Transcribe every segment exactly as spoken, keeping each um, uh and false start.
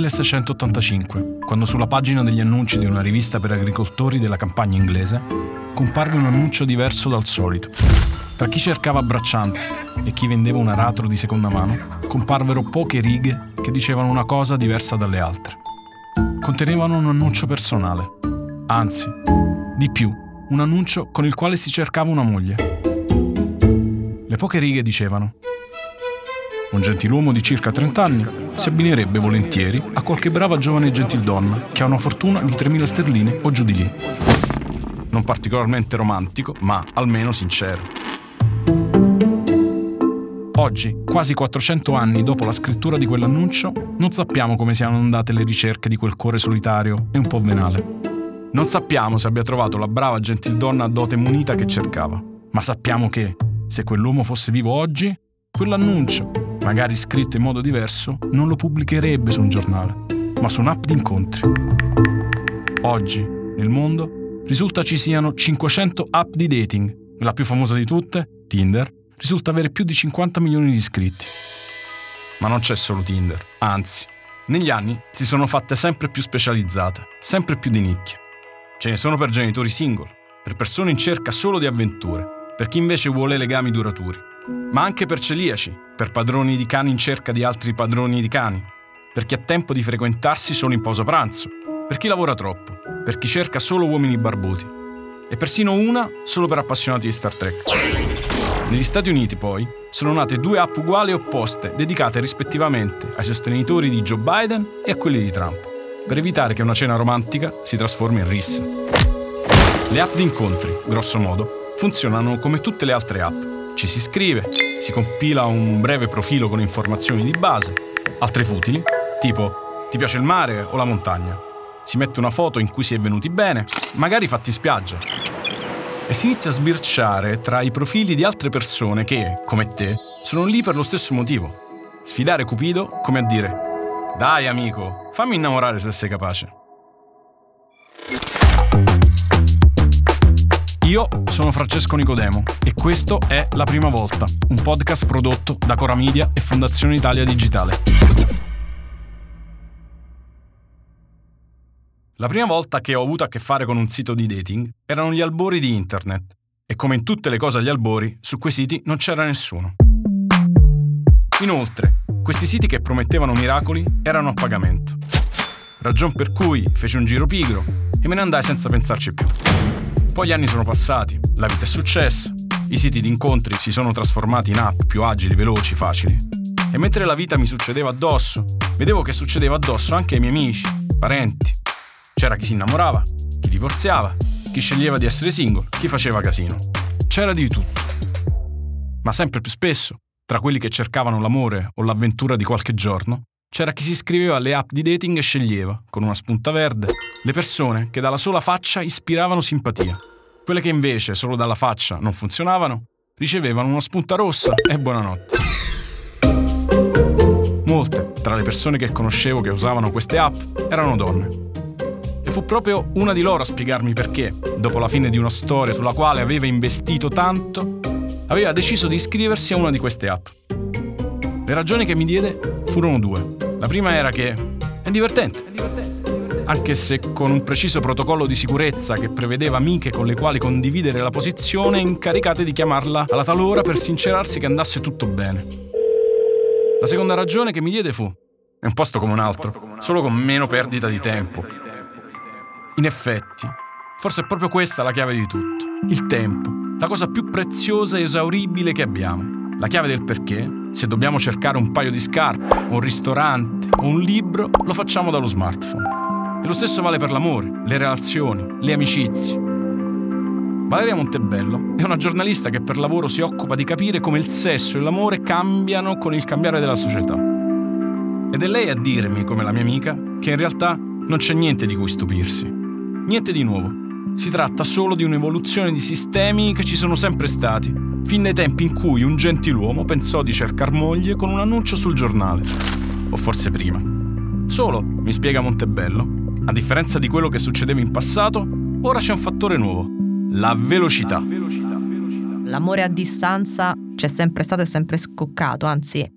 milleseicentottantacinque, quando sulla pagina degli annunci di una rivista per agricoltori della campagna inglese comparve un annuncio diverso dal solito. Tra chi cercava braccianti e chi vendeva un aratro di seconda mano, comparvero poche righe che dicevano una cosa diversa dalle altre. Contenevano un annuncio personale, anzi, di più, un annuncio con il quale si cercava una moglie. Le poche righe dicevano: un gentiluomo di circa trenta anni si abbinerebbe volentieri a qualche brava giovane gentildonna che ha una fortuna di tremila sterline o giù di lì. Non particolarmente romantico, ma almeno sincero. Oggi, quasi quattrocento anni dopo la scrittura di quell'annuncio, non sappiamo come siano andate le ricerche di quel cuore solitario e un po' venale. Non sappiamo se abbia trovato la brava gentildonna a dote munita che cercava, ma sappiamo che, se quell'uomo fosse vivo oggi, quell'annuncio, magari scritto in modo diverso, non lo pubblicherebbe su un giornale, ma su un'app di incontri. Oggi, nel mondo, risulta ci siano cinquecento app di dating. La più famosa di tutte, Tinder, risulta avere più di cinquanta milioni di iscritti. Ma non c'è solo Tinder, anzi, negli anni si sono fatte sempre più specializzate, sempre più di nicchia. Ce ne sono per genitori single, per persone in cerca solo di avventure, per chi invece vuole legami duraturi, ma anche per celiaci, per padroni di cani in cerca di altri padroni di cani, per chi ha tempo di frequentarsi solo in pausa pranzo, per chi lavora troppo, per chi cerca solo uomini barbuti, e persino una solo per appassionati di Star Trek. Negli Stati Uniti, poi, sono nate due app uguali e opposte, dedicate rispettivamente ai sostenitori di Joe Biden e a quelli di Trump, per evitare che una cena romantica si trasformi in rissa. Le app di incontri, grosso modo, funzionano come tutte le altre app. Ci si iscrive, si compila un breve profilo con informazioni di base, altre futili, tipo ti piace il mare o la montagna. Si mette una foto in cui si è venuti bene, magari fatti in spiaggia. E si inizia a sbirciare tra i profili di altre persone che, come te, sono lì per lo stesso motivo. Sfidare Cupido come a dire: dai amico, fammi innamorare se sei capace. Io sono Francesco Nicodemo e questo è La Prima Volta, un podcast prodotto da Cora Media e Fondazione Italia Digitale. La prima volta che ho avuto a che fare con un sito di dating erano gli albori di internet e, come in tutte le cose agli albori, su quei siti non c'era nessuno. Inoltre, questi siti che promettevano miracoli erano a pagamento. Ragion per cui feci un giro pigro e me ne andai senza pensarci più. Poi gli anni sono passati, la vita è successa, i siti di incontri si sono trasformati in app più agili, veloci, facili. E mentre la vita mi succedeva addosso, vedevo che succedeva addosso anche ai miei amici, parenti. C'era chi si innamorava, chi divorziava, chi sceglieva di essere single, chi faceva casino. C'era di tutto. Ma sempre più spesso, tra quelli che cercavano l'amore o l'avventura di qualche giorno, c'era chi si iscriveva alle app di dating e sceglieva, con una spunta verde, le persone che dalla sola faccia ispiravano simpatia. Quelle che invece solo dalla faccia non funzionavano, ricevevano una spunta rossa e buonanotte. Molte, tra le persone che conoscevo che usavano queste app, erano donne. E fu proprio una di loro a spiegarmi perché, dopo la fine di una storia sulla quale aveva investito tanto, aveva deciso di iscriversi a una di queste app. Le ragioni che mi diede furono due. La prima era che è divertente, è divertente, anche se con un preciso protocollo di sicurezza che prevedeva amiche con le quali condividere la posizione incaricate di chiamarla alla tal ora per sincerarsi che andasse tutto bene. La seconda ragione che mi diede fu: è un posto come un altro, solo con meno perdita di tempo. In effetti, forse è proprio questa la chiave di tutto. Il tempo, la cosa più preziosa e esauribile che abbiamo. La chiave del perché, se dobbiamo cercare un paio di scarpe, o un ristorante, o un libro, lo facciamo dallo smartphone. E lo stesso vale per l'amore, le relazioni, le amicizie. Valeria Montebello è una giornalista che per lavoro si occupa di capire come il sesso e l'amore cambiano con il cambiare della società. Ed è lei a dirmi, come la mia amica, che in realtà non c'è niente di cui stupirsi. Niente di nuovo. Si tratta solo di un'evoluzione di sistemi che ci sono sempre stati, fin dai tempi in cui un gentiluomo pensò di cercar moglie con un annuncio sul giornale. O forse prima. Solo, mi spiega Montebello, a differenza di quello che succedeva in passato, ora c'è un fattore nuovo: la velocità. L'amore a distanza c'è sempre stato e sempre scoccato, anzi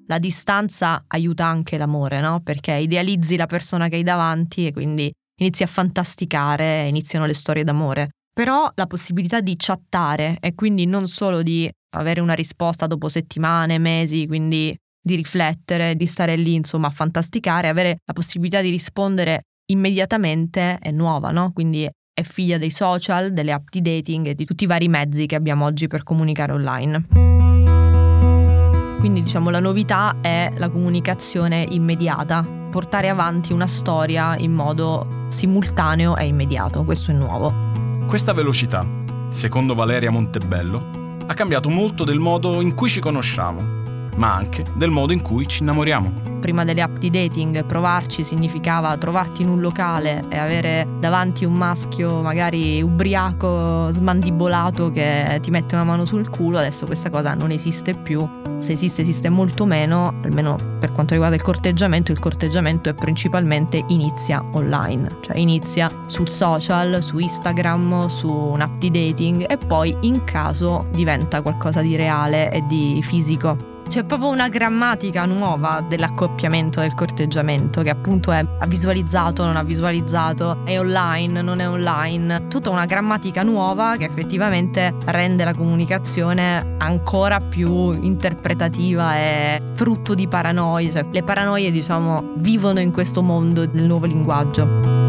la distanza aiuta anche l'amore, no? Perché idealizzi la persona che hai davanti e quindi inizi a fantasticare e iniziano le storie d'amore. Però la possibilità di chattare e quindi non solo di avere una risposta dopo settimane, mesi, quindi di riflettere, di stare lì insomma a fantasticare, avere la possibilità di rispondere immediatamente è nuova, no? Quindi è figlia dei social, delle app di dating e di tutti i vari mezzi che abbiamo oggi per comunicare online. Quindi diciamo la novità è la comunicazione immediata, portare avanti una storia in modo simultaneo e immediato, questo è nuovo. Questa velocità, secondo Valeria Montebello, ha cambiato molto del modo in cui ci conosciamo, ma anche del modo in cui ci innamoriamo. Prima delle app di dating provarci significava trovarti in un locale e avere davanti un maschio magari ubriaco, smandibolato che ti mette una mano sul culo. Adesso questa cosa non esiste più, se esiste esiste molto meno, almeno per quanto riguarda il corteggiamento. Il corteggiamento è principalmente inizia online, cioè inizia sul social, su Instagram, su un'app di dating e poi in caso diventa qualcosa di reale e di fisico. C'è proprio una grammatica nuova dell'accoppiamento, del corteggiamento, che appunto è ha visualizzato, non ha visualizzato, è online, non è online. Tutta una grammatica nuova che effettivamente rende la comunicazione ancora più interpretativa e frutto di paranoie. Cioè, le paranoie, diciamo, vivono in questo mondo del nuovo linguaggio.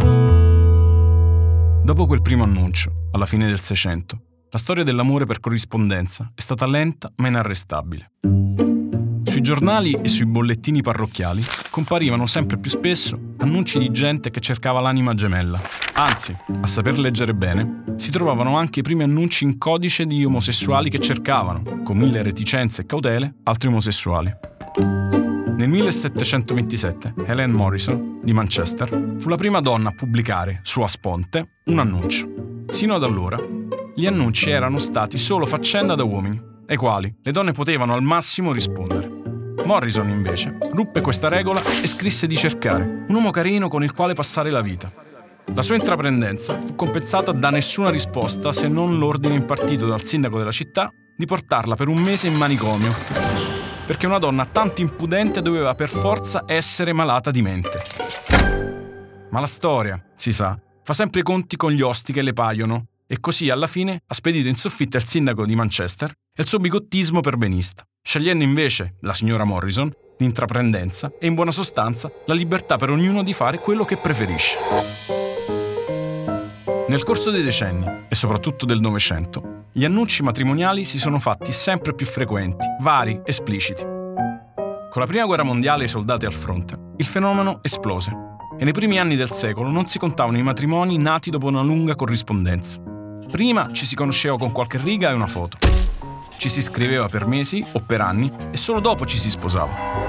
Dopo quel primo annuncio, alla fine del Seicento, la storia dell'amore per corrispondenza è stata lenta ma inarrestabile. Sui giornali e sui bollettini parrocchiali comparivano sempre più spesso annunci di gente che cercava l'anima gemella. Anzi, a saper leggere bene, si trovavano anche i primi annunci in codice di omosessuali che cercavano, con mille reticenze e cautele, altri omosessuali. Nel millesettecentoventisette, Helen Morrison, di Manchester, fu la prima donna a pubblicare, su A Sponte, un annuncio. Sino ad allora, gli annunci erano stati solo faccenda da uomini, ai quali le donne potevano al massimo rispondere. Morrison, invece, ruppe questa regola e scrisse di cercare un uomo carino con il quale passare la vita. La sua intraprendenza fu compensata da nessuna risposta se non l'ordine impartito dal sindaco della città di portarla per un mese in manicomio, perché una donna tanto impudente doveva per forza essere malata di mente. Ma la storia, si sa, fa sempre i conti con gli osti che le paiono, e così alla fine ha spedito in soffitta il sindaco di Manchester e il suo bigottismo perbenista, scegliendo invece, la signora Morrison, l'intraprendenza e in buona sostanza la libertà per ognuno di fare quello che preferisce. Nel corso dei decenni, e soprattutto del Novecento, gli annunci matrimoniali si sono fatti sempre più frequenti, vari, espliciti. Con la prima guerra mondiale e i soldati al fronte, il fenomeno esplose e nei primi anni del secolo non si contavano i matrimoni nati dopo una lunga corrispondenza. Prima ci si conosceva con qualche riga e una foto. Ci si scriveva per mesi o per anni e solo dopo ci si sposava.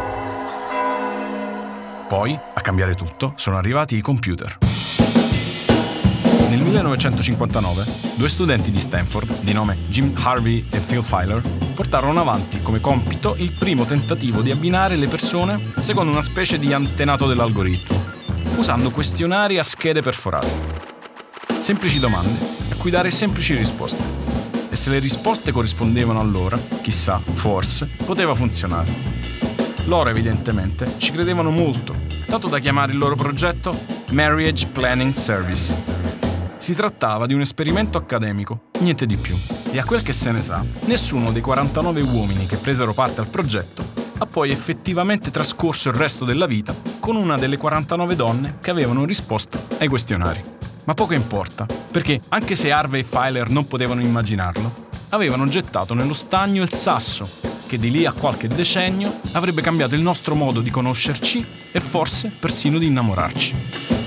Poi, a cambiare tutto, sono arrivati i computer. Nel millenovecentocinquantanove, due studenti di Stanford, di nome Jim Harvey e Phil Filer, portarono avanti come compito il primo tentativo di abbinare le persone secondo una specie di antenato dell'algoritmo, usando questionari a schede perforate. Semplici domande a cui dare semplici risposte. E se le risposte corrispondevano a loro, chissà, forse, poteva funzionare. Loro evidentemente ci credevano molto, tanto da chiamare il loro progetto Marriage Planning Service. Si trattava di un esperimento accademico, niente di più. E a quel che se ne sa, nessuno dei quarantanove uomini che presero parte al progetto ha poi effettivamente trascorso il resto della vita con una delle quarantanove donne che avevano risposto ai questionari. Ma poco importa, perché anche se Harvey e Filer non potevano immaginarlo, avevano gettato nello stagno il sasso che di lì a qualche decennio avrebbe cambiato il nostro modo di conoscerci e forse persino di innamorarci.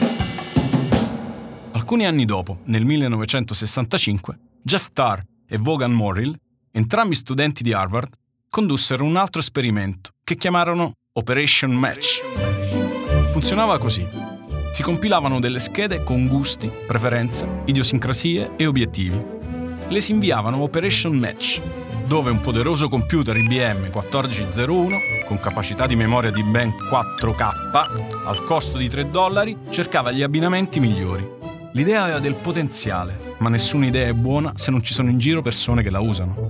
Alcuni anni dopo, nel millenovecentosessantacinque, Jeff Tarr e Vaughan Morrill, entrambi studenti di Harvard, condussero un altro esperimento che chiamarono Operation Match. Funzionava così. Si compilavano delle schede con gusti, preferenze, idiosincrasie e obiettivi. Le si inviavano Operation Match, dove un poderoso computer I B M quattordici zero uno, con capacità di memoria di ben quattro K, al costo di tre dollari, cercava gli abbinamenti migliori. L'idea aveva del potenziale, ma nessuna idea è buona se non ci sono in giro persone che la usano.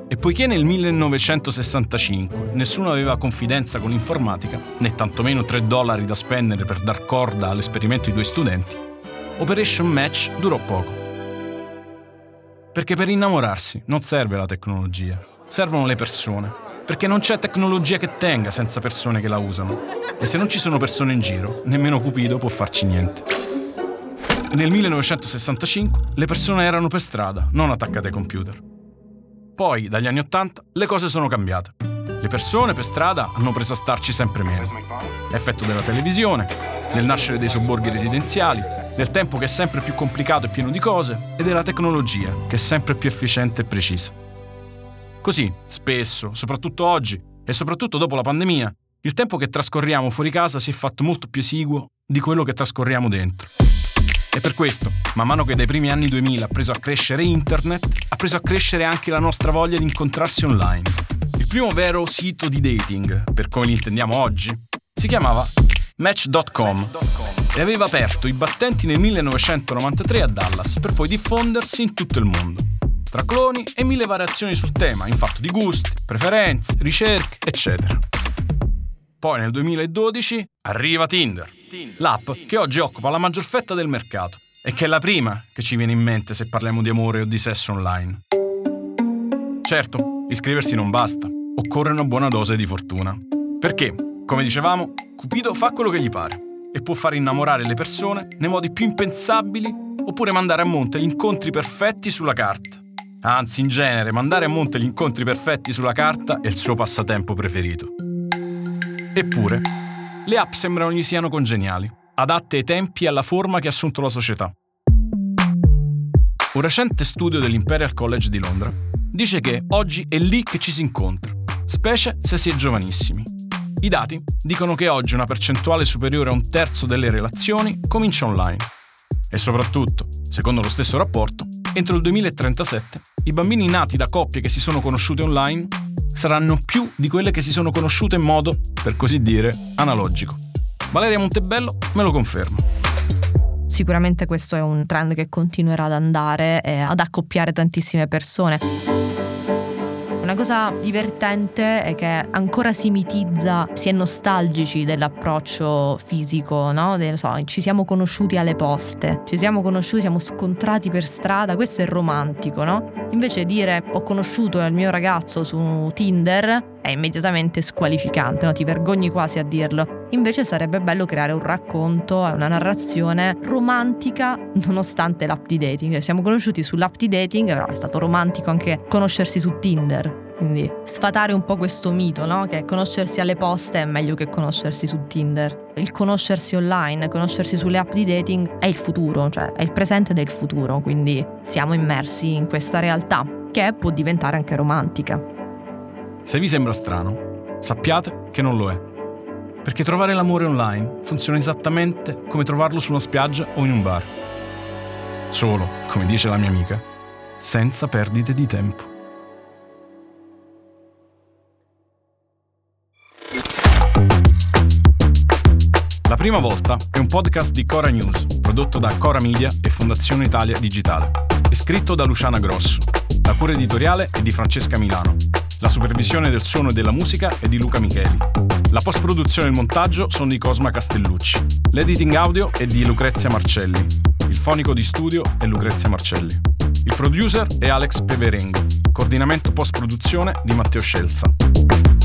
E poiché nel millenovecentosessantacinque nessuno aveva confidenza con l'informatica, né tantomeno tre dollari da spendere per dar corda all'esperimento di due studenti, Operation Match durò poco. Perché per innamorarsi non serve la tecnologia, servono le persone, perché non c'è tecnologia che tenga senza persone che la usano. E se non ci sono persone in giro, nemmeno Cupido può farci niente. Nel millenovecentosessantacinque le persone erano per strada, non attaccate ai computer. Poi, dagli anni Ottanta, le cose sono cambiate. Le persone per strada hanno preso a starci sempre meno. Effetto della televisione, del nascere dei sobborghi residenziali, del tempo che è sempre più complicato e pieno di cose, e della tecnologia, che è sempre più efficiente e precisa. Così, spesso, soprattutto oggi, e soprattutto dopo la pandemia, il tempo che trascorriamo fuori casa si è fatto molto più esiguo di quello che trascorriamo dentro. E per questo, man mano che dai primi anni duemila ha preso a crescere internet, ha preso a crescere anche la nostra voglia di incontrarsi online. Il primo vero sito di dating, per come li intendiamo oggi, si chiamava Match punto com e aveva aperto i battenti nel millenovecentonovantatré a Dallas per poi diffondersi in tutto il mondo, tra cloni e mille variazioni sul tema in fatto di gusti, preferenze, ricerche, eccetera. Poi nel duemiladodici arriva Tinder, l'app che oggi occupa la maggior fetta del mercato e che è la prima che ci viene in mente se parliamo di amore o di sesso online. Certo, iscriversi non basta, occorre una buona dose di fortuna. Perché, come dicevamo, Cupido fa quello che gli pare e può far innamorare le persone nei modi più impensabili oppure mandare a monte gli incontri perfetti sulla carta. Anzi, in genere, mandare a monte gli incontri perfetti sulla carta è il suo passatempo preferito. Eppure, le app sembrano gli siano congeniali, adatte ai tempi e alla forma che ha assunto la società. Un recente studio dell'Imperial College di Londra dice che oggi è lì che ci si incontra, specie se si è giovanissimi. I dati dicono che oggi una percentuale superiore a un terzo delle relazioni comincia online. E soprattutto, secondo lo stesso rapporto, entro il duemilatrentasette i bambini nati da coppie che si sono conosciute online saranno più di quelle che si sono conosciute in modo, per così dire, analogico. Valeria Montebello me lo conferma. Sicuramente questo è un trend che continuerà ad andare e ad accoppiare tantissime persone. Una cosa divertente è che ancora si mitizza, si è nostalgici dell'approccio fisico, no? De, so, ci siamo conosciuti alle poste, ci siamo conosciuti, siamo scontrati per strada, questo è romantico, no? Invece dire ho conosciuto il mio ragazzo su Tinder è immediatamente squalificante, no? Ti vergogni quasi a dirlo. Invece sarebbe bello creare un racconto, una narrazione romantica nonostante l'app di dating. Siamo conosciuti sull'app di dating, però è stato romantico anche conoscersi su Tinder. Quindi sfatare un po' questo mito, no? Che conoscersi alle poste è meglio che conoscersi su Tinder. Il conoscersi online, conoscersi sulle app di dating è il futuro, cioè è il presente del futuro, quindi siamo immersi in questa realtà che può diventare anche romantica. Se vi sembra strano, sappiate che non lo è. Perché trovare l'amore online funziona esattamente come trovarlo su una spiaggia o in un bar. Solo, come dice la mia amica, senza perdite di tempo. La prima volta è un podcast di Cora News, prodotto da Cora Media e Fondazione Italia Digitale. È scritto da Luciana Grosso. La cura editoriale è di Francesca Milano. La supervisione del suono e della musica è di Luca Micheli. La post-produzione e il montaggio sono di Cosma Castellucci. L'editing audio è di Lucrezia Marcelli. Il fonico di studio è Lucrezia Marcelli. Il producer è Alex Peverengo. Coordinamento post-produzione di Matteo Scelsa.